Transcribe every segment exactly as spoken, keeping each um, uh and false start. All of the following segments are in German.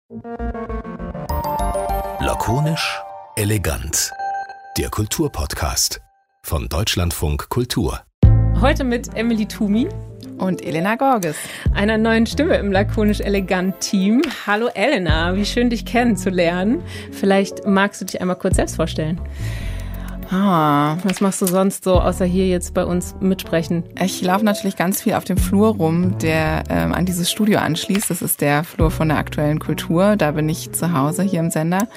Lakonisch, elegant. Der Kulturpodcast von Deutschlandfunk Kultur. Heute mit Emily Thumi und Elena Gorges, einer neuen Stimme im Lakonisch-Elegant-Team. Hallo Elena, wie schön dich kennenzulernen. Vielleicht magst du dich einmal kurz selbst vorstellen. Ah. Was machst du sonst so, außer hier jetzt bei uns mitsprechen? Ich laufe natürlich ganz viel auf dem Flur rum, der ähm, an dieses Studio anschließt. Das ist der Flur von der Aktuellen Kultur. Da bin ich zu Hause hier im Sender.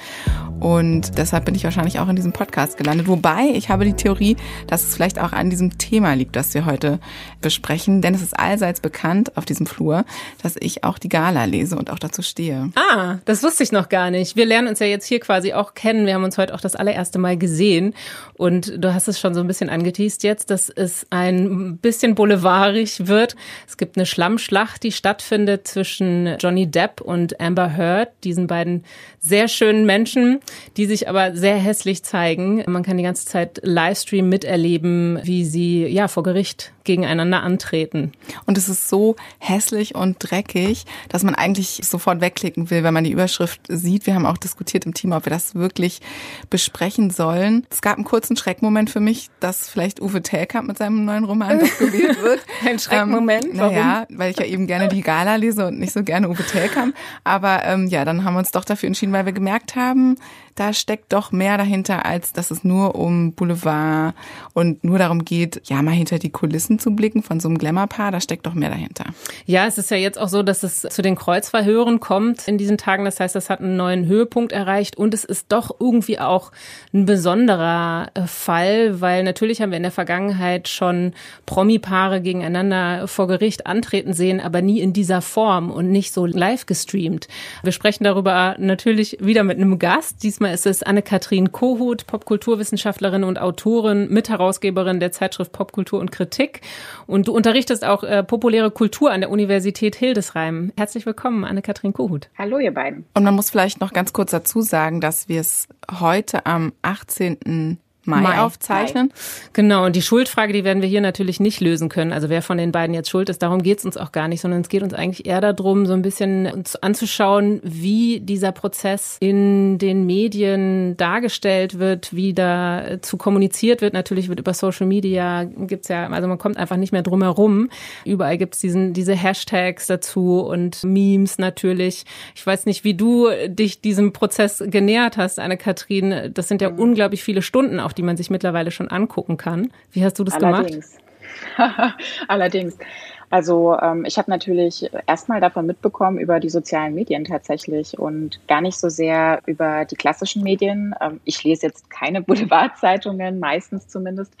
Und deshalb bin ich wahrscheinlich auch in diesem Podcast gelandet. Wobei, ich habe die Theorie, dass es vielleicht auch an diesem Thema liegt, das wir heute besprechen. Denn es ist allseits bekannt auf diesem Flur, dass ich auch die Gala lese und auch dazu stehe. Ah, das wusste ich noch gar nicht. Wir lernen uns ja jetzt hier quasi auch kennen. Wir haben uns heute auch das allererste Mal gesehen. Und du hast es schon so ein bisschen angeteast jetzt, dass es ein bisschen boulevardig wird. Es gibt eine Schlammschlacht, die stattfindet zwischen Johnny Depp und Amber Heard, diesen beiden sehr schönen Menschen, die sich aber sehr hässlich zeigen. Man kann die ganze Zeit Livestream miterleben, wie sie ja vor Gericht gegeneinander antreten. Und es ist so hässlich und dreckig, dass man eigentlich sofort wegklicken will, wenn man die Überschrift sieht. Wir haben auch diskutiert im Team, ob wir das wirklich besprechen sollen. Es gab einen kurzen Schreckmoment für mich, dass vielleicht Uwe Tellkamp mit seinem neuen Roman gewählt wird. Ein Schreckmoment? Ähm, naja, weil ich ja eben gerne die Gala lese und nicht so gerne Uwe Tellkamp. Aber ähm, ja, dann haben wir uns doch dafür entschieden, weil wir gemerkt haben, da steckt doch mehr dahinter, als dass es nur um Boulevard und nur darum geht, ja, mal hinter die Kulissen zu blicken von so einem Glamour-Paar. Da steckt doch mehr dahinter. Ja, es ist ja jetzt auch so, dass es zu den Kreuzverhören kommt in diesen Tagen. Das heißt, das hat einen neuen Höhepunkt erreicht und es ist doch irgendwie auch ein besonderer Fall, weil natürlich haben wir in der Vergangenheit schon Promi-Paare gegeneinander vor Gericht antreten sehen, aber nie in dieser Form und nicht so live gestreamt. Wir sprechen darüber natürlich wieder mit einem Gast. Diesmal ist es Anne-Kathrin Kohut, Popkulturwissenschaftlerin und Autorin, Mitherausgeberin der Zeitschrift Popkultur und Kritik. Und du unterrichtest auch äh, populäre Kultur an der Universität Hildesheim. Herzlich willkommen, Anne-Kathrin Kohut. Hallo, ihr beiden. Und man muss vielleicht noch ganz kurz dazu sagen, dass wir es heute am achtzehnten Mai, Mai aufzeichnen. Genau, und die Schuldfrage, die werden wir hier natürlich nicht lösen können. Also wer von den beiden jetzt schuld ist, darum geht es uns auch gar nicht, sondern es geht uns eigentlich eher darum, so ein bisschen uns anzuschauen, wie dieser Prozess in den Medien dargestellt wird, wie da zu kommuniziert wird. Natürlich wird über Social Media, gibt's ja, also man kommt einfach nicht mehr drum herum. Überall gibt's diesen diese Hashtags dazu und Memes natürlich. Ich weiß nicht, wie du dich diesem Prozess genähert hast, Anne-Kathrin. Das sind ja mhm. unglaublich viele Stunden, auf die man sich mittlerweile schon angucken kann. Wie hast du das Allerdings. gemacht? Allerdings. Also ähm, ich habe natürlich erstmal davon mitbekommen über die sozialen Medien tatsächlich und gar nicht so sehr über die klassischen Medien. Ähm, ich lese jetzt keine Boulevardzeitungen, meistens zumindest.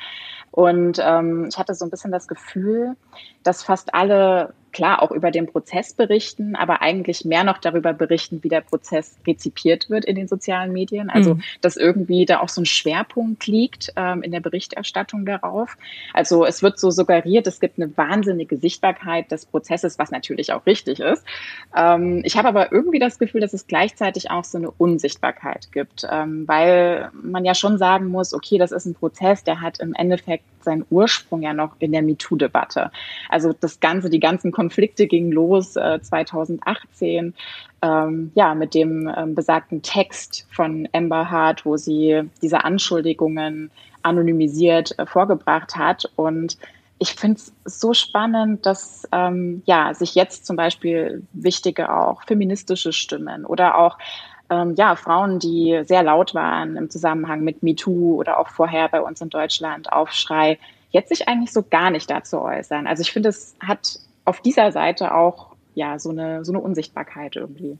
Und ähm, ich hatte so ein bisschen das Gefühl, dass fast alle klar auch über den Prozess berichten, aber eigentlich mehr noch darüber berichten, wie der Prozess rezipiert wird in den sozialen Medien. Also mhm. dass irgendwie da auch so ein Schwerpunkt liegt ähm, in der Berichterstattung darauf. Also es wird so suggeriert, es gibt eine wahnsinnige Sichtbarkeit des Prozesses, was natürlich auch richtig ist. Ähm, ich habe aber irgendwie das Gefühl, dass es gleichzeitig auch so eine Unsichtbarkeit gibt, ähm, weil man ja schon sagen muss, okay, das ist ein Prozess, der hat im Endeffekt seinen Ursprung ja noch in der MeToo-Debatte. Also das Ganze, die ganzen Konflikte gingen los äh, zweitausendachtzehn, ähm, ja, mit dem ähm, besagten Text von Amber Heard, wo sie diese Anschuldigungen anonymisiert äh, vorgebracht hat. Und ich finde es so spannend, dass ähm, ja sich jetzt zum Beispiel wichtige auch feministische Stimmen oder auch ähm, ja Frauen, die sehr laut waren im Zusammenhang mit MeToo oder auch vorher bei uns in Deutschland Aufschrei, jetzt sich eigentlich so gar nicht dazu äußern. Also ich finde, es hat auf dieser Seite auch ja so eine so eine Unsichtbarkeit irgendwie.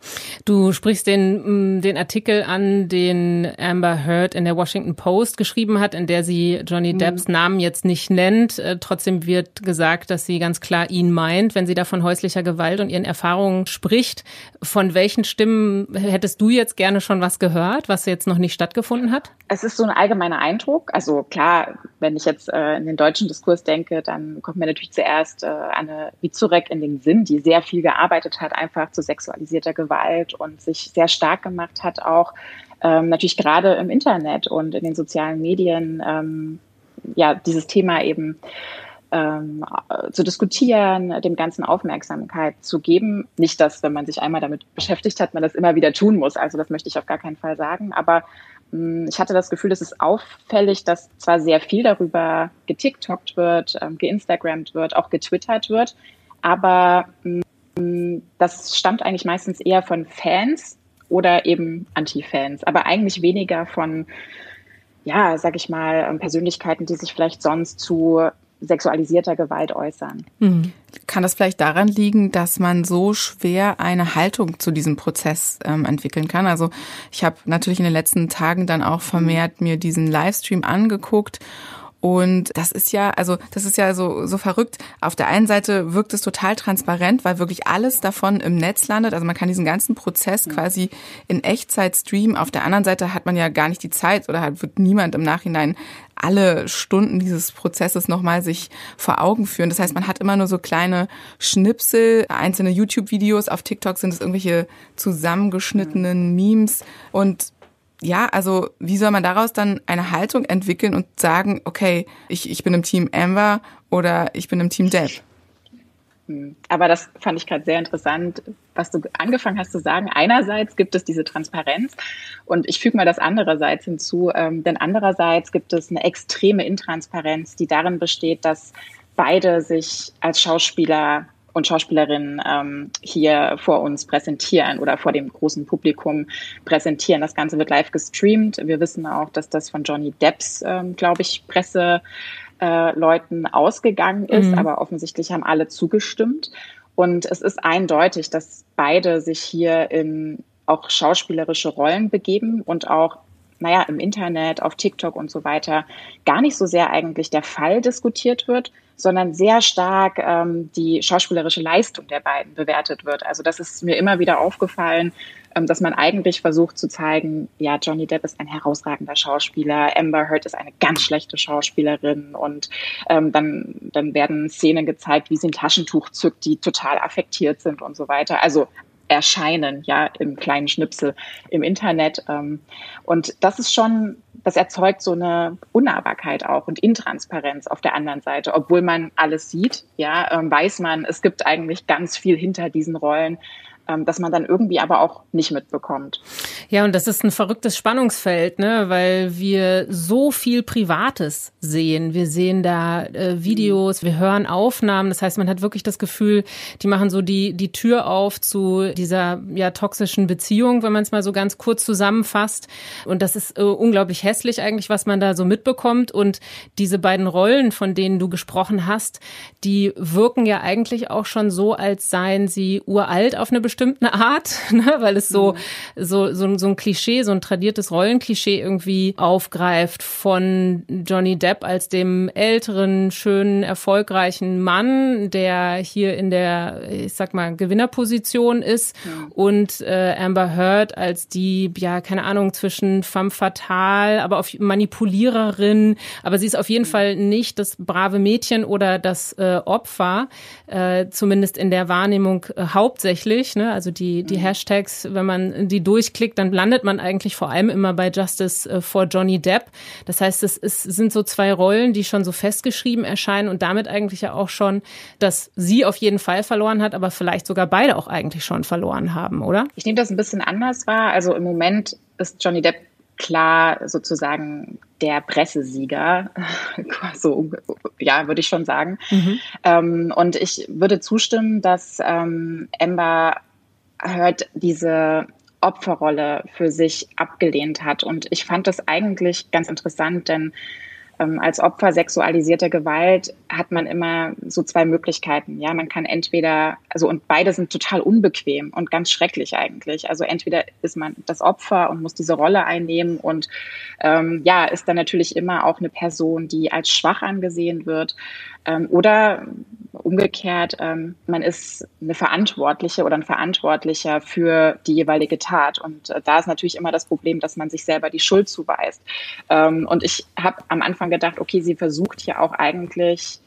Du sprichst den, den Artikel an, den Amber Heard in der Washington Post geschrieben hat, in der sie Johnny Depps mhm. Namen jetzt nicht nennt. Trotzdem wird gesagt, dass sie ganz klar ihn meint, wenn sie da von häuslicher Gewalt und ihren Erfahrungen spricht. Von welchen Stimmen hättest du jetzt gerne schon was gehört, was jetzt noch nicht stattgefunden hat? Es ist so ein allgemeiner Eindruck. Also klar, wenn ich jetzt äh, in den deutschen Diskurs denke, dann kommt mir natürlich zuerst äh, Anne Wieczorek in den Sinn, die sehr viel gearbeitet hat, einfach zu sexualisierter Gewalt und sich sehr stark gemacht hat, auch ähm, natürlich gerade im Internet und in den sozialen Medien, ähm, ja, dieses Thema eben ähm, zu diskutieren, dem Ganzen Aufmerksamkeit zu geben. Nicht, dass, wenn man sich einmal damit beschäftigt hat, man das immer wieder tun muss. Also das möchte ich auf gar keinen Fall sagen. Aber mh, ich hatte das Gefühl, es ist auffällig, dass zwar sehr viel darüber getiktokt wird, ähm, geinstagrammt wird, auch getwittert wird, aber mh, das stammt eigentlich meistens eher von Fans oder eben Anti-Fans, aber eigentlich weniger von, ja, sag ich mal, Persönlichkeiten, die sich vielleicht sonst zu sexualisierter Gewalt äußern. Mhm. Kann das vielleicht daran liegen, dass man so schwer eine Haltung zu diesem Prozess ähm, entwickeln kann? Also ich habe natürlich in den letzten Tagen dann auch vermehrt mir diesen Livestream angeguckt. Und das ist ja, also das ist ja so so verrückt. Auf der einen Seite wirkt es total transparent, weil wirklich alles davon im Netz landet. Also man kann diesen ganzen Prozess quasi in Echtzeit streamen. Auf der anderen Seite hat man ja gar nicht die Zeit oder hat, wird niemand im Nachhinein alle Stunden dieses Prozesses nochmal sich vor Augen führen. Das heißt, man hat immer nur so kleine Schnipsel, einzelne YouTube-Videos. Auf TikTok sind es irgendwelche zusammengeschnittenen Memes und ja, also wie soll man daraus dann eine Haltung entwickeln und sagen, okay, ich, ich bin im Team Amber oder ich bin im Team Depp? Aber das fand ich gerade sehr interessant, was du angefangen hast zu sagen. Einerseits gibt es diese Transparenz und ich füge mal das andererseits hinzu, ähm, denn andererseits gibt es eine extreme Intransparenz, die darin besteht, dass beide sich als Schauspieler und Schauspielerinnen ähm, hier vor uns präsentieren oder vor dem großen Publikum präsentieren. Das Ganze wird live gestreamt. Wir wissen auch, dass das von Johnny Depps, ähm, glaube ich, Presseleuten äh, ausgegangen ist, mhm. aber offensichtlich haben alle zugestimmt. Und es ist eindeutig, dass beide sich hier in auch schauspielerische Rollen begeben und auch naja, im Internet, auf TikTok und so weiter gar nicht so sehr eigentlich der Fall diskutiert wird, sondern sehr stark ähm, die schauspielerische Leistung der beiden bewertet wird. Also das ist mir immer wieder aufgefallen, ähm, dass man eigentlich versucht zu zeigen, ja, Johnny Depp ist ein herausragender Schauspieler, Amber Heard ist eine ganz schlechte Schauspielerin und ähm, dann, dann werden Szenen gezeigt, wie sie ein Taschentuch zückt, die total affektiert sind und so weiter. Also erscheinen, ja, im kleinen Schnipsel im Internet. Und das ist schon, das erzeugt so eine Unnahbarkeit auch und Intransparenz auf der anderen Seite. Obwohl man alles sieht, ja, weiß man, es gibt eigentlich ganz viel hinter diesen Rollen, dass man dann irgendwie aber auch nicht mitbekommt. Ja, und das ist ein verrücktes Spannungsfeld, ne, weil wir so viel Privates sehen. Wir sehen da äh, Videos, wir hören Aufnahmen. Das heißt, man hat wirklich das Gefühl, die machen so die die Tür auf zu dieser ja toxischen Beziehung, wenn man es mal so ganz kurz zusammenfasst. Und das ist äh, unglaublich hässlich eigentlich, was man da so mitbekommt. Und diese beiden Rollen, von denen du gesprochen hast, die wirken ja eigentlich auch schon so, als seien sie uralt auf eine bestimmte bestimmte Art, ne, weil es so, mhm. so, so, so ein Klischee, so ein tradiertes Rollenklischee irgendwie aufgreift von Johnny Depp als dem älteren, schönen, erfolgreichen Mann, der hier in der, ich sag mal, Gewinnerposition ist mhm. und äh, Amber Heard als die, ja, keine Ahnung, zwischen femme fatale, aber auf Manipuliererin, aber sie ist auf jeden mhm. Fall nicht das brave Mädchen oder das äh, Opfer, äh, zumindest in der Wahrnehmung äh, hauptsächlich, ne? Also die, die Hashtags, wenn man die durchklickt, dann landet man eigentlich vor allem immer bei Justice for Johnny Depp. Das heißt, es ist, sind so zwei Rollen, die schon so festgeschrieben erscheinen und damit eigentlich ja auch schon, dass sie auf jeden Fall verloren hat, aber vielleicht sogar beide auch eigentlich schon verloren haben, oder? Ich nehme das ein bisschen anders wahr. Also im Moment ist Johnny Depp klar sozusagen der Pressesieger, so, ja, würde ich schon sagen. Mhm. Ähm, und ich würde zustimmen, dass ähm, Amber Heard diese Opferrolle für sich abgelehnt hat. Und ich fand das eigentlich ganz interessant, denn ähm, als Opfer sexualisierter Gewalt hat man immer so zwei Möglichkeiten. Ja, man kann entweder, also und beide sind total unbequem und ganz schrecklich eigentlich. Also entweder ist man das Opfer und muss diese Rolle einnehmen und ähm, ja, ist dann natürlich immer auch eine Person, die als schwach angesehen wird. Ähm, oder umgekehrt, ähm, man ist eine Verantwortliche oder ein Verantwortlicher für die jeweilige Tat. Und äh, da ist natürlich immer das Problem, dass man sich selber die Schuld zuweist. Ähm, und ich habe am Anfang gedacht, okay, sie versucht ja auch eigentlich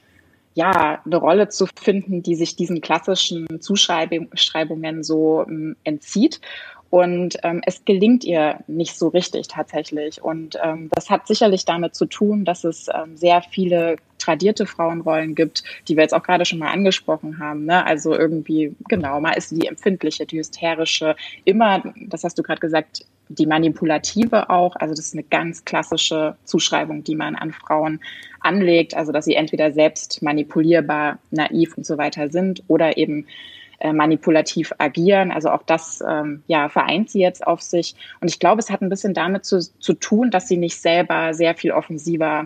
ja eine Rolle zu finden, die sich diesen klassischen Zuschreibungen so ähm, entzieht. Und ähm, es gelingt ihr nicht so richtig tatsächlich. Und ähm, das hat sicherlich damit zu tun, dass es ähm, sehr viele tradierte Frauenrollen gibt, die wir jetzt auch gerade schon mal angesprochen haben. Ne? Also irgendwie, genau, mal ist die empfindliche, die hysterische, immer, das hast du gerade gesagt, die manipulative auch. Also das ist eine ganz klassische Zuschreibung, die man an Frauen anlegt. Also dass sie entweder selbst manipulierbar, naiv und so weiter sind oder eben manipulativ agieren. Also auch das ähm, ja, vereint sie jetzt auf sich. Und ich glaube, es hat ein bisschen damit zu, zu tun, dass sie nicht selber sehr viel offensiver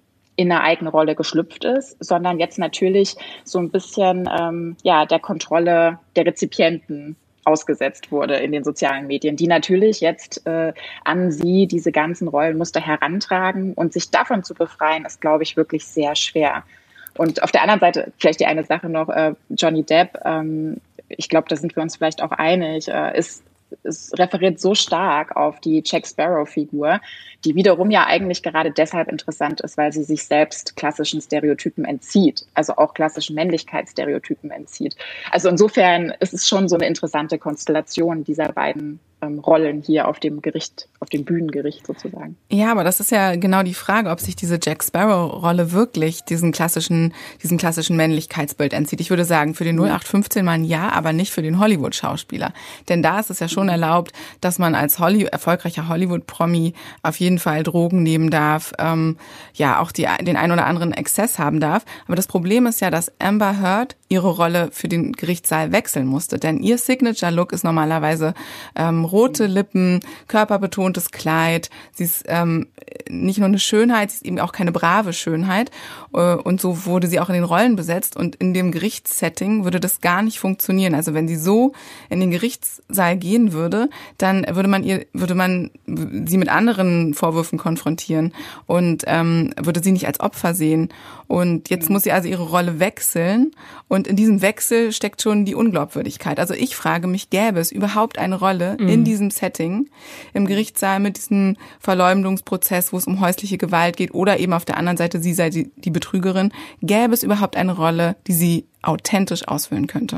in eine eigene Rolle geschlüpft ist, sondern jetzt natürlich so ein bisschen ähm, ja, der Kontrolle der Rezipienten ausgesetzt wurde in den sozialen Medien, die natürlich jetzt äh, an sie diese ganzen Rollenmuster herantragen. Und sich davon zu befreien, ist, glaube ich, wirklich sehr schwer. Und auf der anderen Seite vielleicht die eine Sache noch, äh, Johnny Depp, ähm, ich glaube, da sind wir uns vielleicht auch einig, äh, ist, ist referiert so stark auf die Jack Sparrow-Figur, die wiederum ja eigentlich gerade deshalb interessant ist, weil sie sich selbst klassischen Stereotypen entzieht, also auch klassischen Männlichkeitsstereotypen entzieht. Also insofern ist es schon so eine interessante Konstellation dieser beiden ähm, Rollen hier auf dem Gericht, auf dem Bühnengericht sozusagen. Ja, aber das ist ja genau die Frage, ob sich diese Jack Sparrow-Rolle wirklich diesen klassischen, diesen klassischen Männlichkeitsbild entzieht. Ich würde sagen, für den null acht fünfzehn-Mann ja, aber nicht für den Hollywood-Schauspieler. Denn da ist es ja schon erlaubt, dass man als Holly- erfolgreicher Hollywood-Promi auf jeden Fall Drogen nehmen darf, ähm, ja auch die, den ein oder anderen Exzess haben darf. Aber das Problem ist ja, dass Amber Heard ihre Rolle für den Gerichtssaal wechseln musste. Denn ihr Signature-Look ist normalerweise ähm, rote Lippen, körperbetontes Kleid. Sie ist ähm, nicht nur eine Schönheit, sie ist eben auch keine brave Schönheit. Äh, und so wurde sie auch in den Rollen besetzt. Und in dem Gerichtssetting würde das gar nicht funktionieren. Also wenn sie so in den Gerichtssaal gehen würde, dann würde man ihr, würde man sie mit anderen Vorwürfen konfrontieren und ähm, würde sie nicht als Opfer sehen. Und jetzt muss sie also ihre Rolle wechseln. Und in diesem Wechsel steckt schon die Unglaubwürdigkeit. Also ich frage mich, gäbe es überhaupt eine Rolle mhm. in diesem Setting, im Gerichtssaal mit diesem Verleumdungsprozess, wo es um häusliche Gewalt geht oder eben auf der anderen Seite, sie sei die, die Betrügerin, gäbe es überhaupt eine Rolle, die sie authentisch ausfüllen könnte?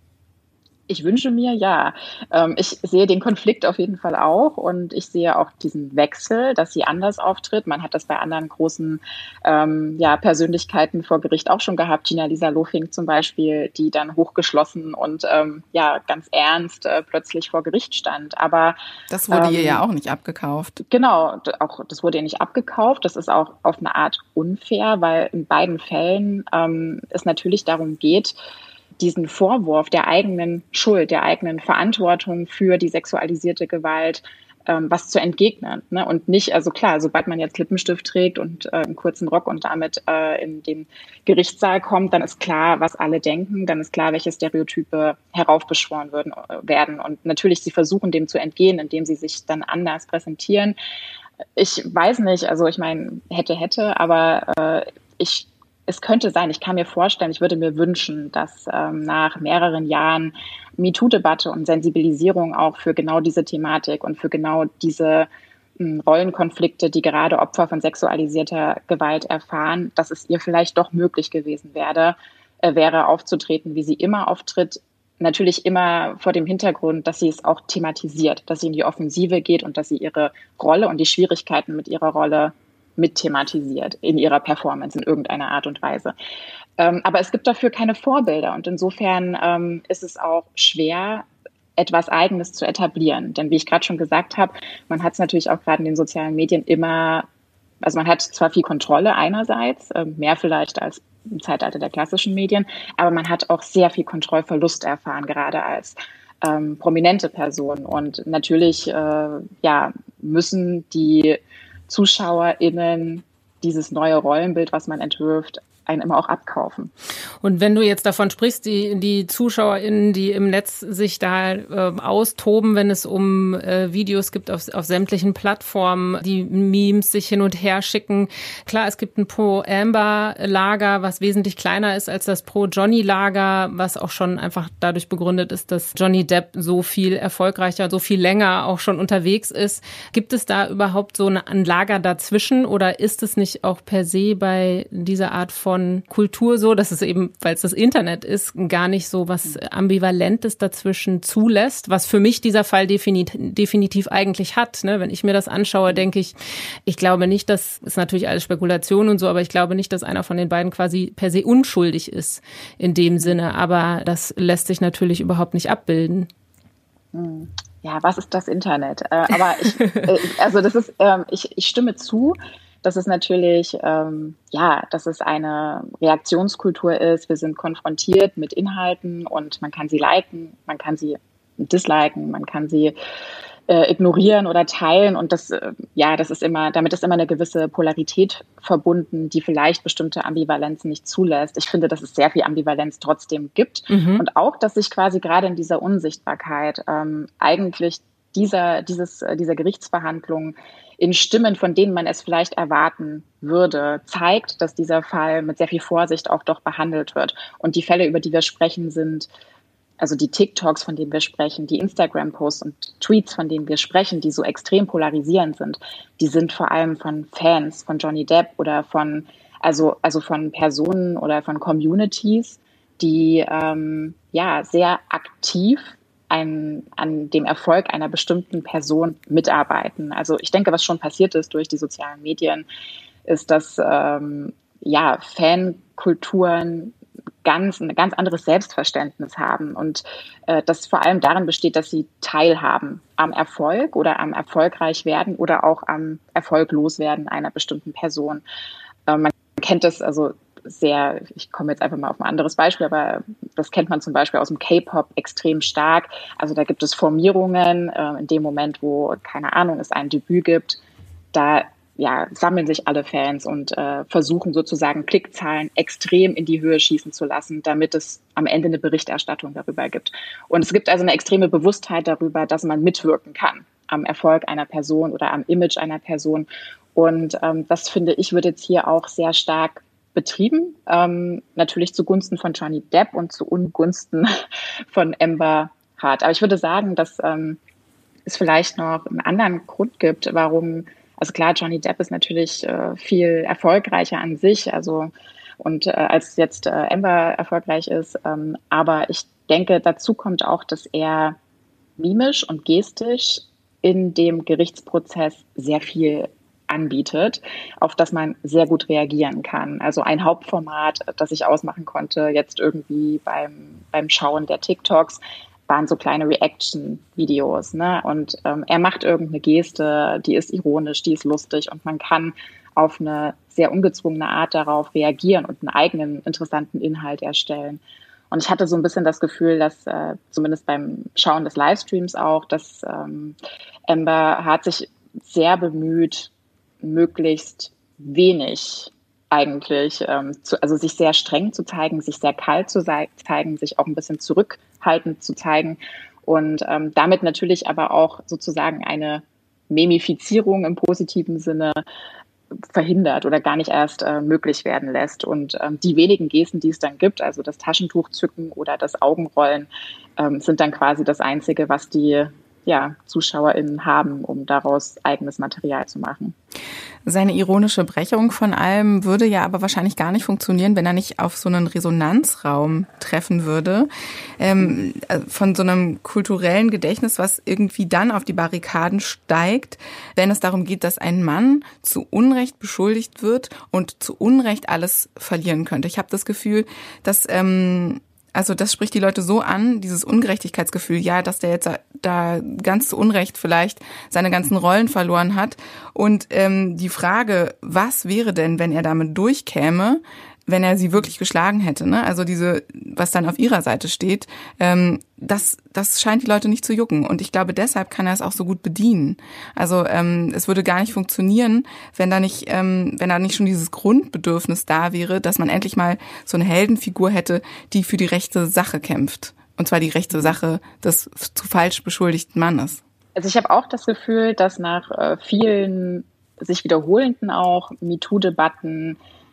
Ich wünsche mir, ja. Ich sehe den Konflikt auf jeden Fall auch und ich sehe auch diesen Wechsel, dass sie anders auftritt. Man hat das bei anderen großen ähm, ja, Persönlichkeiten vor Gericht auch schon gehabt. Gina-Lisa Lofink zum Beispiel, die dann hochgeschlossen und ähm, ja ganz ernst äh, plötzlich vor Gericht stand. Aber das wurde ähm, ihr ja auch nicht abgekauft. Genau, auch das wurde ihr nicht abgekauft. Das ist auch auf eine Art unfair, weil in beiden Fällen ähm, es natürlich darum geht, diesen Vorwurf der eigenen Schuld, der eigenen Verantwortung für die sexualisierte Gewalt ähm, was zu entgegnen. Ne? Und nicht, also klar, sobald man jetzt Lippenstift trägt und äh, einen kurzen Rock und damit äh, in den Gerichtssaal kommt, dann ist klar, was alle denken, dann ist klar, welche Stereotype heraufbeschworen würden, äh, werden. Und natürlich, sie versuchen dem zu entgehen, indem sie sich dann anders präsentieren. Ich weiß nicht, also ich meine, hätte, hätte, aber äh, ich Es könnte sein, ich kann mir vorstellen, ich würde mir wünschen, dass ähm, nach mehreren Jahren MeToo-Debatte und Sensibilisierung auch für genau diese Thematik und für genau diese ähm, Rollenkonflikte, die gerade Opfer von sexualisierter Gewalt erfahren, dass es ihr vielleicht doch möglich gewesen wäre, äh, wäre aufzutreten, wie sie immer auftritt. Natürlich immer vor dem Hintergrund, dass sie es auch thematisiert, dass sie in die Offensive geht und dass sie ihre Rolle und die Schwierigkeiten mit ihrer Rolle mit thematisiert in ihrer Performance in irgendeiner Art und Weise. Ähm, aber es gibt dafür keine Vorbilder und insofern ähm, ist es auch schwer, etwas Eigenes zu etablieren. Denn wie ich gerade schon gesagt habe, man hat es natürlich auch gerade in den sozialen Medien immer, also man hat zwar viel Kontrolle einerseits, äh, mehr vielleicht als im Zeitalter der klassischen Medien, aber man hat auch sehr viel Kontrollverlust erfahren, gerade als ähm, prominente Person. Und natürlich äh, ja, müssen die ZuschauerInnen dieses neue Rollenbild, was man entwirft, einen immer auch abkaufen. Und wenn du jetzt davon sprichst, die, die ZuschauerInnen, die im Netz sich da äh, austoben, wenn es um äh, Videos gibt auf, auf sämtlichen Plattformen, die Memes sich hin und her schicken. Klar, es gibt ein Pro-Amber-Lager, was wesentlich kleiner ist als das Pro-Johnny-Lager, was auch schon einfach dadurch begründet ist, dass Johnny Depp so viel erfolgreicher, so viel länger auch schon unterwegs ist. Gibt es da überhaupt so eine, ein Lager dazwischen oder ist es nicht auch per se bei dieser Art von von Kultur so, dass es eben, weil es das Internet ist, gar nicht so was Ambivalentes dazwischen zulässt, was für mich dieser Fall definitiv, definitiv eigentlich hat. Ne? Wenn ich mir das anschaue, denke ich, ich glaube nicht, das ist natürlich alles Spekulation und so, aber ich glaube nicht, dass einer von den beiden quasi per se unschuldig ist in dem Sinne. Aber das lässt sich natürlich überhaupt nicht abbilden. Ja, was ist das Internet? Äh, aber ich, äh, also das ist, ähm, ich, ich stimme zu, dass es natürlich, ähm, ja, dass es eine Reaktionskultur ist. Wir sind konfrontiert mit Inhalten und man kann sie liken, man kann sie disliken, man kann sie äh, ignorieren oder teilen und das, äh, ja, das ist immer, damit ist immer eine gewisse Polarität verbunden, die vielleicht bestimmte Ambivalenzen nicht zulässt. Ich finde, dass es sehr viel Ambivalenz trotzdem gibt mhm. und auch, dass sich quasi gerade in dieser Unsichtbarkeit ähm, eigentlich dieser, dieses, äh, dieser Gerichtsverhandlung in Stimmen, von denen man es vielleicht erwarten würde, zeigt, dass dieser Fall mit sehr viel Vorsicht auch doch behandelt wird. Und die Fälle, über die wir sprechen, sind also die TikToks, von denen wir sprechen, die Instagram-Posts und Tweets, von denen wir sprechen, die so extrem polarisierend sind, die sind vor allem von Fans von Johnny Depp oder von, also, also von Personen oder von Communities, die ähm, ja sehr aktiv ein, an dem Erfolg einer bestimmten Person mitarbeiten. Also ich denke, was schon passiert ist durch die sozialen Medien, ist, dass ähm, ja Fankulturen ganz ein ganz anderes Selbstverständnis haben und äh, das vor allem darin besteht, dass sie teilhaben am Erfolg oder am erfolgreich werden oder auch am erfolglos werden einer bestimmten Person. Äh, man kennt das also sehr, ich komme jetzt einfach mal auf ein anderes Beispiel, aber das kennt man zum Beispiel aus dem K-Pop extrem stark. Also da gibt es Formierungen, äh, in dem Moment, wo, keine Ahnung, es ein Debüt gibt, da ja, sammeln sich alle Fans und äh, versuchen sozusagen Klickzahlen extrem in die Höhe schießen zu lassen, damit es am Ende eine Berichterstattung darüber gibt. Und es gibt also eine extreme Bewusstheit darüber, dass man mitwirken kann am Erfolg einer Person oder am Image einer Person. Und ähm, das, finde ich, wird jetzt hier auch sehr stark betrieben, ähm, natürlich zugunsten von Johnny Depp und zu Ungunsten von Amber Heard. Aber ich würde sagen, dass ähm, es vielleicht noch einen anderen Grund gibt, warum. Also klar, Johnny Depp ist natürlich äh, viel erfolgreicher an sich, also und äh, als jetzt äh, Amber erfolgreich ist. Ähm, aber ich denke, dazu kommt auch, dass er mimisch und gestisch in dem Gerichtsprozess sehr viel anbietet, auf das man sehr gut reagieren kann. Also ein Hauptformat, das ich ausmachen konnte, jetzt irgendwie beim beim Schauen der TikToks, waren so kleine Reaction-Videos, ne? Und ähm, er macht irgendeine Geste, die ist ironisch, die ist lustig und man kann auf eine sehr ungezwungene Art darauf reagieren und einen eigenen interessanten Inhalt erstellen. Und ich hatte so ein bisschen das Gefühl, dass äh, zumindest beim Schauen des Livestreams auch, dass ähm, Amber hat sich sehr bemüht, möglichst wenig eigentlich, ähm, zu, also sich sehr streng zu zeigen, sich sehr kalt zu sei- zeigen, sich auch ein bisschen zurückhaltend zu zeigen und ähm, damit natürlich aber auch sozusagen eine Memifizierung im positiven Sinne verhindert oder gar nicht erst äh, möglich werden lässt. Und ähm, die wenigen Gesten, die es dann gibt, also das Taschentuch zücken oder das Augenrollen, ähm, sind dann quasi das Einzige, was die ja, ZuschauerInnen haben, um daraus eigenes Material zu machen. Seine ironische Brechung von allem würde ja aber wahrscheinlich gar nicht funktionieren, wenn er nicht auf so einen Resonanzraum treffen würde. Ähm, von so einem kulturellen Gedächtnis, was irgendwie dann auf die Barrikaden steigt, wenn es darum geht, dass ein Mann zu Unrecht beschuldigt wird und zu Unrecht alles verlieren könnte. Ich habe das Gefühl, dass ähm, Also das spricht die Leute so an, dieses Ungerechtigkeitsgefühl, ja, dass der jetzt da ganz zu Unrecht vielleicht seine ganzen Rollen verloren hat. Und ähm, die Frage, was wäre denn, wenn er damit durchkäme, wenn er sie wirklich geschlagen hätte, ne? Also diese, was dann auf ihrer Seite steht, ähm, das, das scheint die Leute nicht zu jucken. Und ich glaube, deshalb kann er es auch so gut bedienen. Also ähm, es würde gar nicht funktionieren, wenn da nicht, ähm, wenn da nicht schon dieses Grundbedürfnis da wäre, dass man endlich mal so eine Heldenfigur hätte, die für die rechte Sache kämpft. Und zwar die rechte Sache des zu falsch beschuldigten Mannes. Also ich habe auch das Gefühl, dass nach äh, vielen sich wiederholenden auch MeToo-Debatten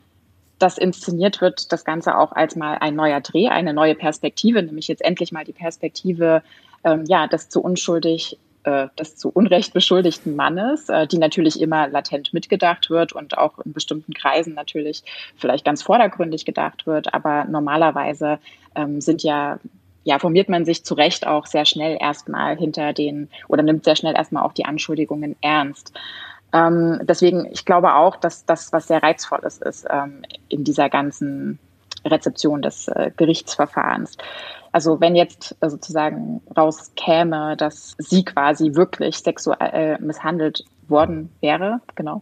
das inszeniert wird, das Ganze auch als mal ein neuer Dreh, eine neue Perspektive, nämlich jetzt endlich mal die Perspektive ähm, ja, des zu unschuldig äh, des zu Unrecht beschuldigten Mannes, äh, die natürlich immer latent mitgedacht wird und auch in bestimmten Kreisen natürlich vielleicht ganz vordergründig gedacht wird. Aber normalerweise ähm, sind ja ja, formiert man sich zu Recht auch sehr schnell erstmal hinter den oder nimmt sehr schnell erstmal auch die Anschuldigungen ernst. Ähm, deswegen, ich glaube auch, dass das was sehr Reizvolles ist ähm, in dieser ganzen Rezeption des äh, Gerichtsverfahrens. Also wenn jetzt äh, sozusagen rauskäme, dass sie quasi wirklich sexuell misshandelt worden wäre, genau,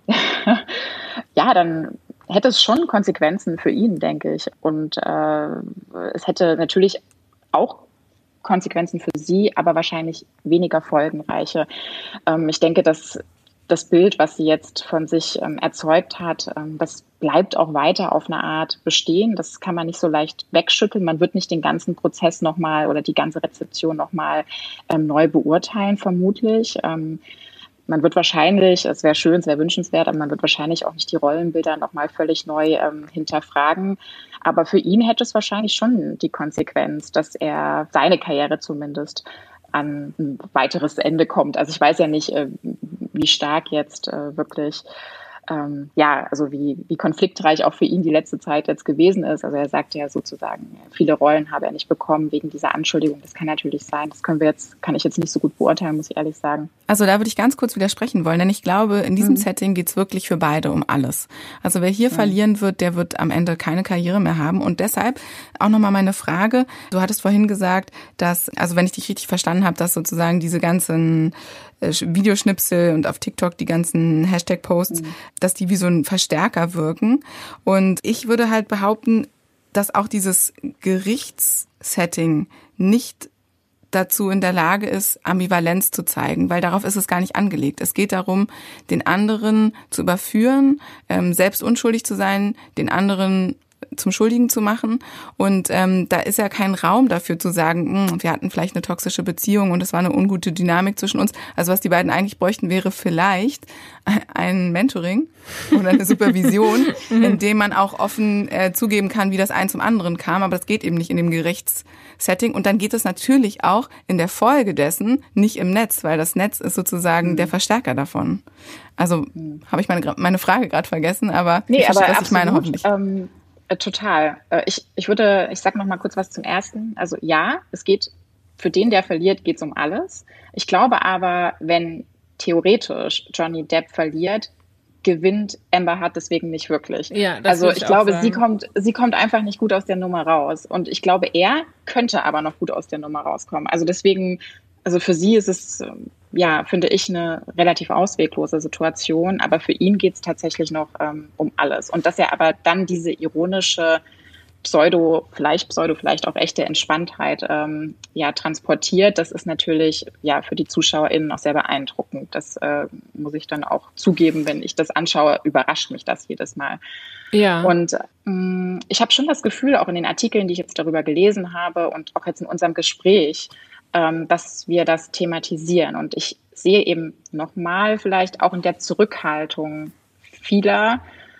ja, dann hätte es schon Konsequenzen für ihn, denke ich. Und äh, es hätte natürlich auch Konsequenzen für sie, aber wahrscheinlich weniger folgenreiche. Ähm, ich denke, dass das Bild, was sie jetzt von sich ähm, erzeugt hat, ähm, das bleibt auch weiter auf eine Art bestehen. Das kann man nicht so leicht wegschütteln. Man wird nicht den ganzen Prozess nochmal oder die ganze Rezeption nochmal ähm, neu beurteilen, vermutlich. Ähm, man wird wahrscheinlich, es wäre schön, es wäre wünschenswert, aber man wird wahrscheinlich auch nicht die Rollenbilder nochmal völlig neu ähm, hinterfragen. Aber für ihn hätte es wahrscheinlich schon die Konsequenz, dass er seine Karriere zumindest an ein weiteres Ende kommt. Also ich weiß ja nicht, äh, wie stark jetzt äh, wirklich, ähm, ja, also wie, wie konfliktreich auch für ihn die letzte Zeit jetzt gewesen ist. Also er sagt ja sozusagen, viele Rollen habe er nicht bekommen wegen dieser Anschuldigung. Das kann natürlich sein. Das können wir jetzt, kann ich jetzt nicht so gut beurteilen, muss ich ehrlich sagen. Also da würde ich ganz kurz widersprechen wollen, denn ich glaube, in diesem mhm. Setting geht's wirklich für beide um alles. Also wer hier mhm. verlieren wird, der wird am Ende keine Karriere mehr haben. Und deshalb auch nochmal meine Frage. Du hattest vorhin gesagt, dass, also wenn ich dich richtig verstanden habe, dass sozusagen diese ganzen Videoschnipsel und auf TikTok die ganzen Hashtag-Posts, mhm. dass die wie so ein Verstärker wirken. Und ich würde halt behaupten, dass auch dieses Gerichtssetting nicht dazu in der Lage ist, Ambivalenz zu zeigen, weil darauf ist es gar nicht angelegt. Es geht darum, den anderen zu überführen, ähm, selbst unschuldig zu sein, den anderen zum Schuldigen zu machen. Und ähm, da ist ja kein Raum dafür zu sagen, wir hatten vielleicht eine toxische Beziehung und es war eine ungute Dynamik zwischen uns. Also was die beiden eigentlich bräuchten, wäre vielleicht ein Mentoring oder eine Supervision, in dem man auch offen äh, zugeben kann, wie das ein zum anderen kam. Aber das geht eben nicht in dem Gerichtssetting. Und dann geht es natürlich auch in der Folge dessen nicht im Netz, weil das Netz ist sozusagen mhm. der Verstärker davon. Also mhm. habe ich meine, meine Frage gerade vergessen, aber nee, ich verstehe, aber was ich meine, hoffentlich. Ähm Total. Ich, ich würde, ich sag noch mal kurz was zum Ersten. Also ja, es geht, für den, der verliert, geht es um alles. Ich glaube aber, wenn theoretisch Johnny Depp verliert, gewinnt Amber Heard deswegen nicht wirklich. Ja, das also ich, ich glaube, sagen. sie kommt, sie kommt einfach nicht gut aus der Nummer raus. Und ich glaube, er könnte aber noch gut aus der Nummer rauskommen. Also deswegen, also für sie ist es, ja, finde ich, eine relativ ausweglose Situation. Aber für ihn geht es tatsächlich noch ähm, um alles. Und dass er aber dann diese ironische Pseudo, vielleicht Pseudo, vielleicht auch echte Entspanntheit ähm, ja transportiert, das ist natürlich ja für die ZuschauerInnen auch sehr beeindruckend. Das äh, muss ich dann auch zugeben, wenn ich das anschaue, überrascht mich das jedes Mal. Ja. Und ähm, ich habe schon das Gefühl, auch in den Artikeln, die ich jetzt darüber gelesen habe und auch jetzt in unserem Gespräch, ähm, dass wir das thematisieren. Und ich sehe eben nochmal vielleicht auch in der Zurückhaltung vieler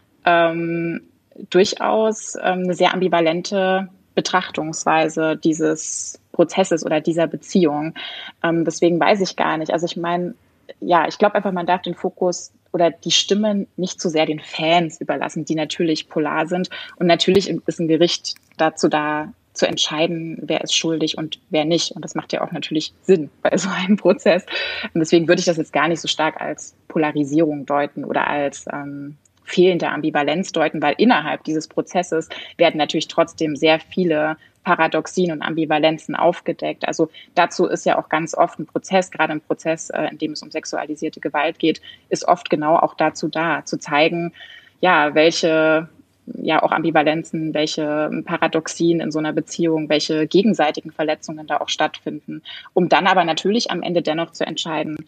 ähm, durchaus ähm, eine sehr ambivalente Betrachtungsweise dieses Prozesses oder dieser Beziehung. Ähm, deswegen weiß ich gar nicht. Also ich meine, ja, ich glaube einfach, man darf den Fokus oder die Stimmen nicht zu sehr den Fans überlassen, die natürlich polar sind. Und natürlich ist ein Gericht dazu da, zu entscheiden, wer ist schuldig und wer nicht. Und das macht ja auch natürlich Sinn bei so einem Prozess. Und deswegen würde ich das jetzt gar nicht so stark als Polarisierung deuten oder als ähm, fehlende Ambivalenz deuten, weil innerhalb dieses Prozesses werden natürlich trotzdem sehr viele Paradoxien und Ambivalenzen aufgedeckt. Also dazu ist ja auch ganz oft ein Prozess, gerade ein Prozess, in dem es um sexualisierte Gewalt geht, ist oft genau auch dazu da, zu zeigen, ja, welche ja auch Ambivalenzen, welche Paradoxien in so einer Beziehung, welche gegenseitigen Verletzungen da auch stattfinden, um dann aber natürlich am Ende dennoch zu entscheiden,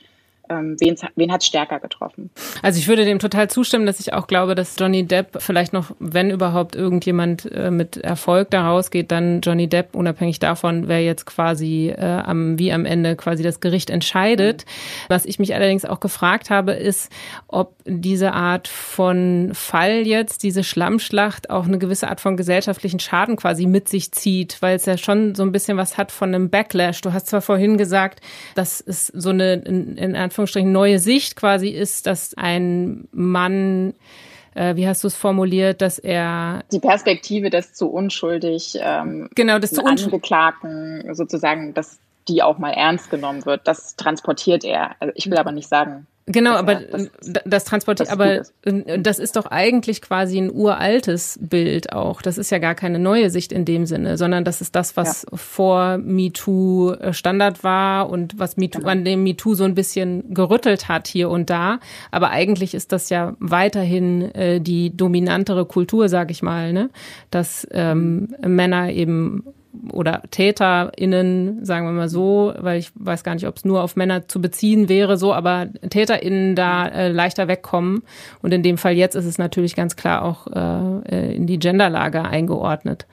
ähm, wen, wen hat es stärker getroffen? Also ich würde dem total zustimmen, dass ich auch glaube, dass Johnny Depp vielleicht noch, wenn überhaupt irgendjemand äh, mit Erfolg da rausgeht, dann Johnny Depp, unabhängig davon, wer jetzt quasi äh, am wie am Ende quasi das Gericht entscheidet. Mhm. Was ich mich allerdings auch gefragt habe, ist, ob diese Art von Fall jetzt, diese Schlammschlacht, auch eine gewisse Art von gesellschaftlichen Schaden quasi mit sich zieht, weil es ja schon so ein bisschen was hat von einem Backlash. Du hast zwar vorhin gesagt, dass es so eine in, in Anführungsstrichen neue Sicht quasi ist, dass ein Mann, äh, wie hast du es formuliert, dass er die Perspektive des zu unschuldig ähm, genau des zu Angeklagten sozusagen, dass die auch mal ernst genommen wird, das transportiert er. Also ich will aber nicht sagen, genau, dass aber er, das, das transportiert, aber das ist doch eigentlich quasi ein uraltes Bild auch. Das ist ja gar keine neue Sicht in dem Sinne, sondern das ist das, was ja. vor MeToo Standard war und was MeToo, genau. an dem MeToo so ein bisschen gerüttelt hat hier und da. Aber eigentlich ist das ja weiterhin äh, die dominantere Kultur, sag ich mal, ne? Dass ähm, Männer eben oder TäterInnen, sagen wir mal so, weil ich weiß gar nicht, ob es nur auf Männer zu beziehen wäre, so, aber TäterInnen da äh, leichter wegkommen. Und in dem Fall jetzt ist es natürlich ganz klar auch äh, in die Genderlage eingeordnet.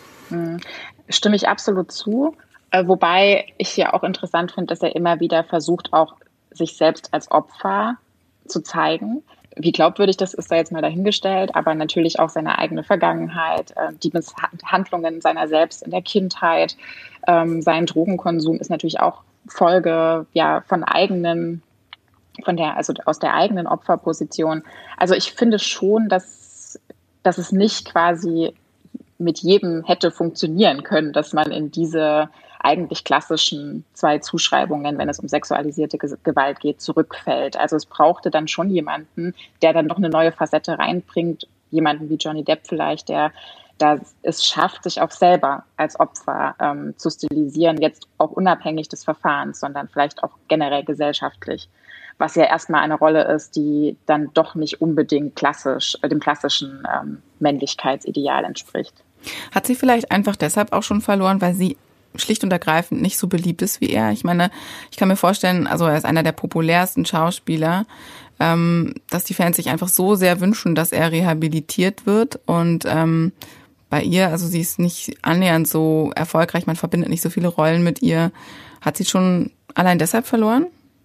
Stimme ich absolut zu. Äh, wobei ich ja auch interessant finde, dass er immer wieder versucht, auch sich selbst als Opfer zu zeigen. Wie glaubwürdig das ist, da jetzt mal dahingestellt, aber natürlich auch seine eigene Vergangenheit, äh, die Misshandlungen seiner selbst in der Kindheit, ähm, sein Drogenkonsum ist natürlich auch Folge ja von eigenen, von der, also aus der eigenen Opferposition. Also ich finde schon, dass, dass es nicht quasi mit jedem hätte funktionieren können, dass man in diese eigentlich klassischen zwei Zuschreibungen, wenn es um sexualisierte Gewalt geht, zurückfällt. Also es brauchte dann schon jemanden, der dann noch eine neue Facette reinbringt, jemanden wie Johnny Depp vielleicht, der da es schafft, sich auch selber als Opfer ähm, zu stilisieren, jetzt auch unabhängig des Verfahrens, sondern vielleicht auch generell gesellschaftlich, was ja erstmal eine Rolle ist, die dann doch nicht unbedingt klassisch, äh, dem klassischen ähm, Männlichkeitsideal entspricht. Hat sie vielleicht einfach deshalb auch schon verloren, weil sie schlicht und ergreifend nicht so beliebt ist wie er? Ich meine, ich kann mir vorstellen, also er ist einer der populärsten Schauspieler, ähm, dass die Fans sich einfach so sehr wünschen, dass er rehabilitiert wird. Und ähm, bei ihr, also sie ist nicht annähernd so erfolgreich, man verbindet nicht so viele Rollen mit ihr. Hat sie schon allein deshalb verloren?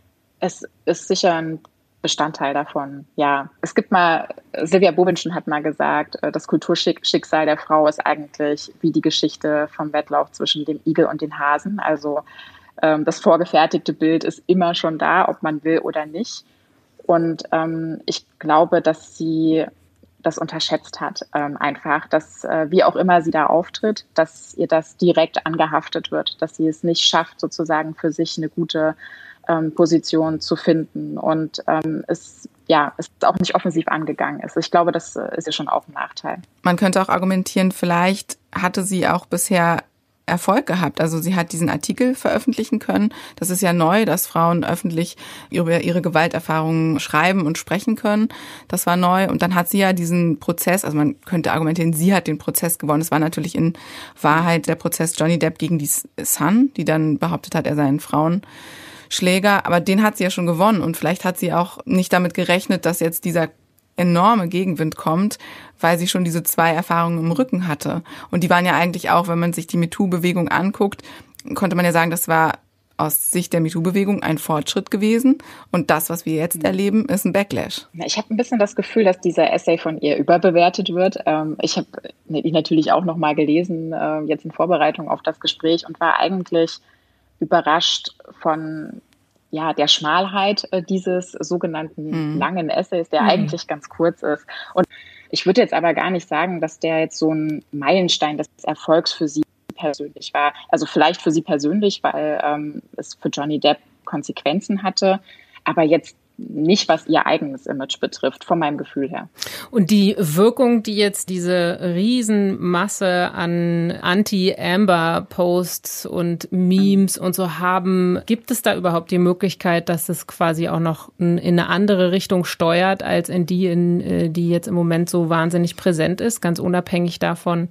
Es ist sicher ein Bestandteil davon, ja. Es gibt mal, Silvia Bovinschen hat mal gesagt, das Kulturschicksal der Frau ist eigentlich wie die Geschichte vom Wettlauf zwischen dem Igel und den Hasen. Also ähm, das vorgefertigte Bild ist immer schon da, ob man will oder nicht. Und ähm, ich glaube, dass sie das unterschätzt hat, ähm, einfach, dass äh, wie auch immer sie da auftritt, dass ihr das direkt angehaftet wird, dass sie es nicht schafft, sozusagen für sich eine gute ähm, Position zu finden und ähm, es ja, es auch nicht offensiv angegangen ist. Ich glaube, das äh, ist ja schon auch ein Nachteil. Man könnte auch argumentieren, vielleicht hatte sie auch bisher Erfolg gehabt. Also sie hat diesen Artikel veröffentlichen können. Das ist ja neu, dass Frauen öffentlich über ihre Gewalterfahrungen schreiben und sprechen können. Das war neu. Und dann hat sie ja diesen Prozess, also man könnte argumentieren, sie hat den Prozess gewonnen. Es war natürlich in Wahrheit der Prozess Johnny Depp gegen die Sun, die dann behauptet hat, er sei ein Frauenschläger. Aber den hat sie ja schon gewonnen. Und vielleicht hat sie auch nicht damit gerechnet, dass jetzt dieser enorme Gegenwind kommt, weil sie schon diese zwei Erfahrungen im Rücken hatte. Und die waren ja eigentlich auch, wenn man sich die MeToo-Bewegung anguckt, konnte man ja sagen, das war aus Sicht der MeToo-Bewegung ein Fortschritt gewesen. Und das, was wir jetzt erleben, ist ein Backlash. Ich habe ein bisschen das Gefühl, dass dieser Essay von ihr überbewertet wird. Ich habe ihn natürlich auch noch mal gelesen, jetzt in Vorbereitung auf das Gespräch, und war eigentlich überrascht von ja, der Schmalheit äh, dieses sogenannten mhm. langen Essays, der mhm. eigentlich ganz kurz ist. Und ich würde jetzt aber gar nicht sagen, dass der jetzt so ein Meilenstein des Erfolgs für sie persönlich war. Also vielleicht für sie persönlich, weil ähm, es für Johnny Depp Konsequenzen hatte, aber jetzt nicht, was ihr eigenes Image betrifft, von meinem Gefühl her. Und die Wirkung, die jetzt diese Riesenmasse an Anti-Amber-Posts und Memes und so haben, gibt es da überhaupt die Möglichkeit, dass es quasi auch noch in eine andere Richtung steuert, als in die, in die jetzt im Moment so wahnsinnig präsent ist, ganz unabhängig davon,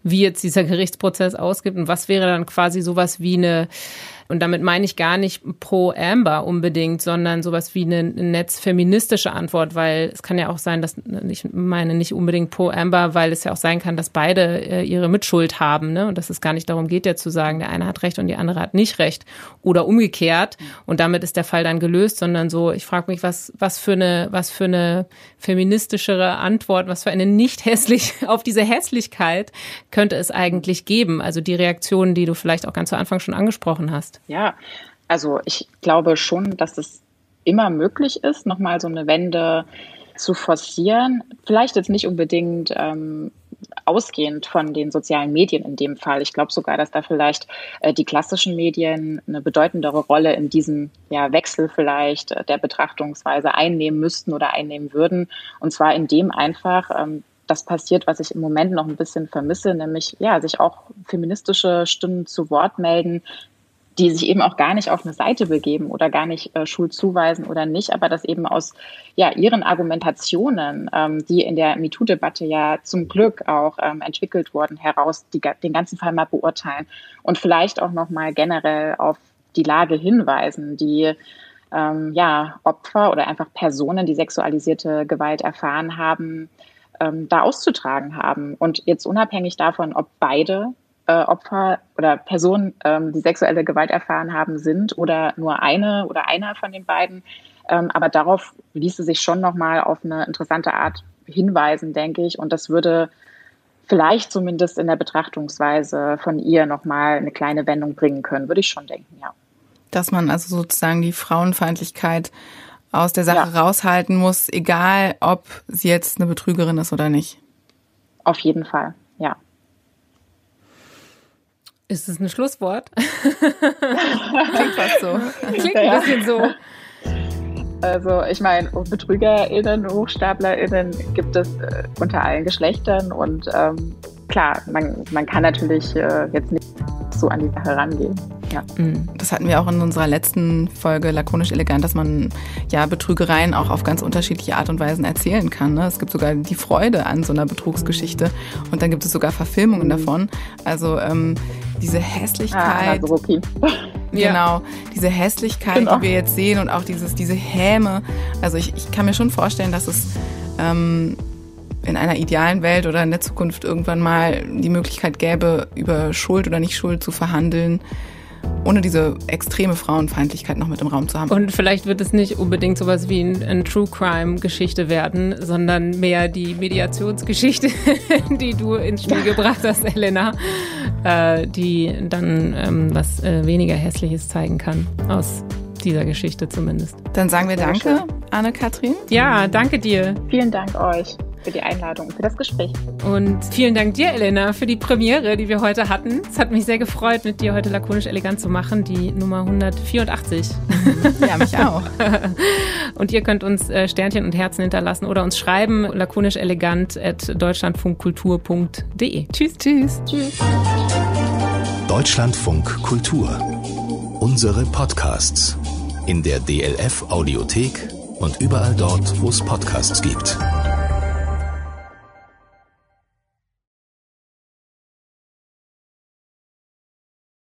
wie jetzt dieser Gerichtsprozess ausgibt und was wäre dann quasi sowas wie eine, und damit meine ich gar nicht pro Amber unbedingt, sondern sowas wie eine netzfeministische Antwort, weil es kann ja auch sein, dass, ich meine nicht unbedingt pro Amber, weil es ja auch sein kann, dass beide äh, ihre Mitschuld haben, ne? Und dass es gar nicht darum geht, ja zu sagen, der eine hat Recht und die andere hat nicht Recht oder umgekehrt und damit ist der Fall dann gelöst, sondern so, ich frage mich, was, was für eine, was für eine feministischere Antwort, was für eine nicht hässlich, auf diese Hässlichkeit könnte es eigentlich geben? Also die Reaktionen, die du vielleicht auch ganz zu Anfang schon angesprochen hast. Ja, also ich glaube schon, dass es immer möglich ist, nochmal so eine Wende zu forcieren. Vielleicht jetzt nicht unbedingt ähm, ausgehend von den sozialen Medien in dem Fall. Ich glaube sogar, dass da vielleicht äh, die klassischen Medien eine bedeutendere Rolle in diesem ja, Wechsel vielleicht äh, der Betrachtungsweise einnehmen müssten oder einnehmen würden. Und zwar indem einfach ähm, das passiert, was ich im Moment noch ein bisschen vermisse, nämlich ja, sich auch feministische Stimmen zu Wort melden, die sich eben auch gar nicht auf eine Seite begeben oder gar nicht äh, Schuld zuweisen oder nicht, aber das eben aus ja, ihren Argumentationen, ähm, die in der MeToo-Debatte ja zum Glück auch ähm, entwickelt wurden, heraus die, den ganzen Fall mal beurteilen und vielleicht auch nochmal generell auf die Lage hinweisen, die ähm, ja, Opfer oder einfach Personen, die sexualisierte Gewalt erfahren haben, ähm, da auszutragen haben. Und jetzt unabhängig davon, ob beide Äh, Opfer oder Personen, ähm, die sexuelle Gewalt erfahren haben, sind oder nur eine oder einer von den beiden. Ähm, aber darauf ließe sich schon nochmal auf eine interessante Art hinweisen, denke ich. Und das würde vielleicht zumindest in der Betrachtungsweise von ihr nochmal eine kleine Wendung bringen können, würde ich schon denken, ja. Dass man also sozusagen die Frauenfeindlichkeit aus der Sache ja. raushalten muss, egal ob sie jetzt eine Betrügerin ist oder nicht. Auf jeden Fall, ja. Ist es ein Schlusswort? Klingt fast so. Klingt ein bisschen so. Also ich meine, BetrügerInnen, HochstaplerInnen gibt es äh, unter allen Geschlechtern und ähm, klar, man, man kann natürlich äh, jetzt nicht so an die Sache rangehen. Ja. Das hatten wir auch in unserer letzten Folge Lakonisch Elegant, dass man ja Betrügereien auch auf ganz unterschiedliche Art und Weisen erzählen kann. Ne? Es gibt sogar die Freude an so einer Betrugsgeschichte und dann gibt es sogar Verfilmungen davon. Also ähm, diese Hässlichkeit, ah, also okay. genau, diese Hässlichkeit, genau. die wir jetzt sehen und auch dieses, diese Häme. Also ich, ich kann mir schon vorstellen, dass es ähm, in einer idealen Welt oder in der Zukunft irgendwann mal die Möglichkeit gäbe, über Schuld oder nicht Schuld zu verhandeln, ohne diese extreme Frauenfeindlichkeit noch mit im Raum zu haben. Und vielleicht wird es nicht unbedingt sowas wie ein, ein True-Crime-Geschichte werden, sondern mehr die Mediationsgeschichte, die du ins Spiel gebracht hast, Elena, äh, die dann ähm, was äh, weniger Hässliches zeigen kann, aus dieser Geschichte zumindest. Dann sagen wir danke, Anne-Kathrin. Ja, danke dir. Vielen Dank euch für die Einladung, für das Gespräch. Und vielen Dank dir, Elena, für die Premiere, die wir heute hatten. Es hat mich sehr gefreut, mit dir heute lakonisch elegant zu machen, die Nummer hundertvierundachtzig. Ja, mich auch. Und ihr könnt uns Sternchen und Herzen hinterlassen oder uns schreiben, lakonisch elegant at deutschlandfunkkultur punkt de. Tschüss. Tschüss. Tschüss. Deutschlandfunk Kultur. Unsere Podcasts in der D L F Audiothek und überall dort, wo es Podcasts gibt.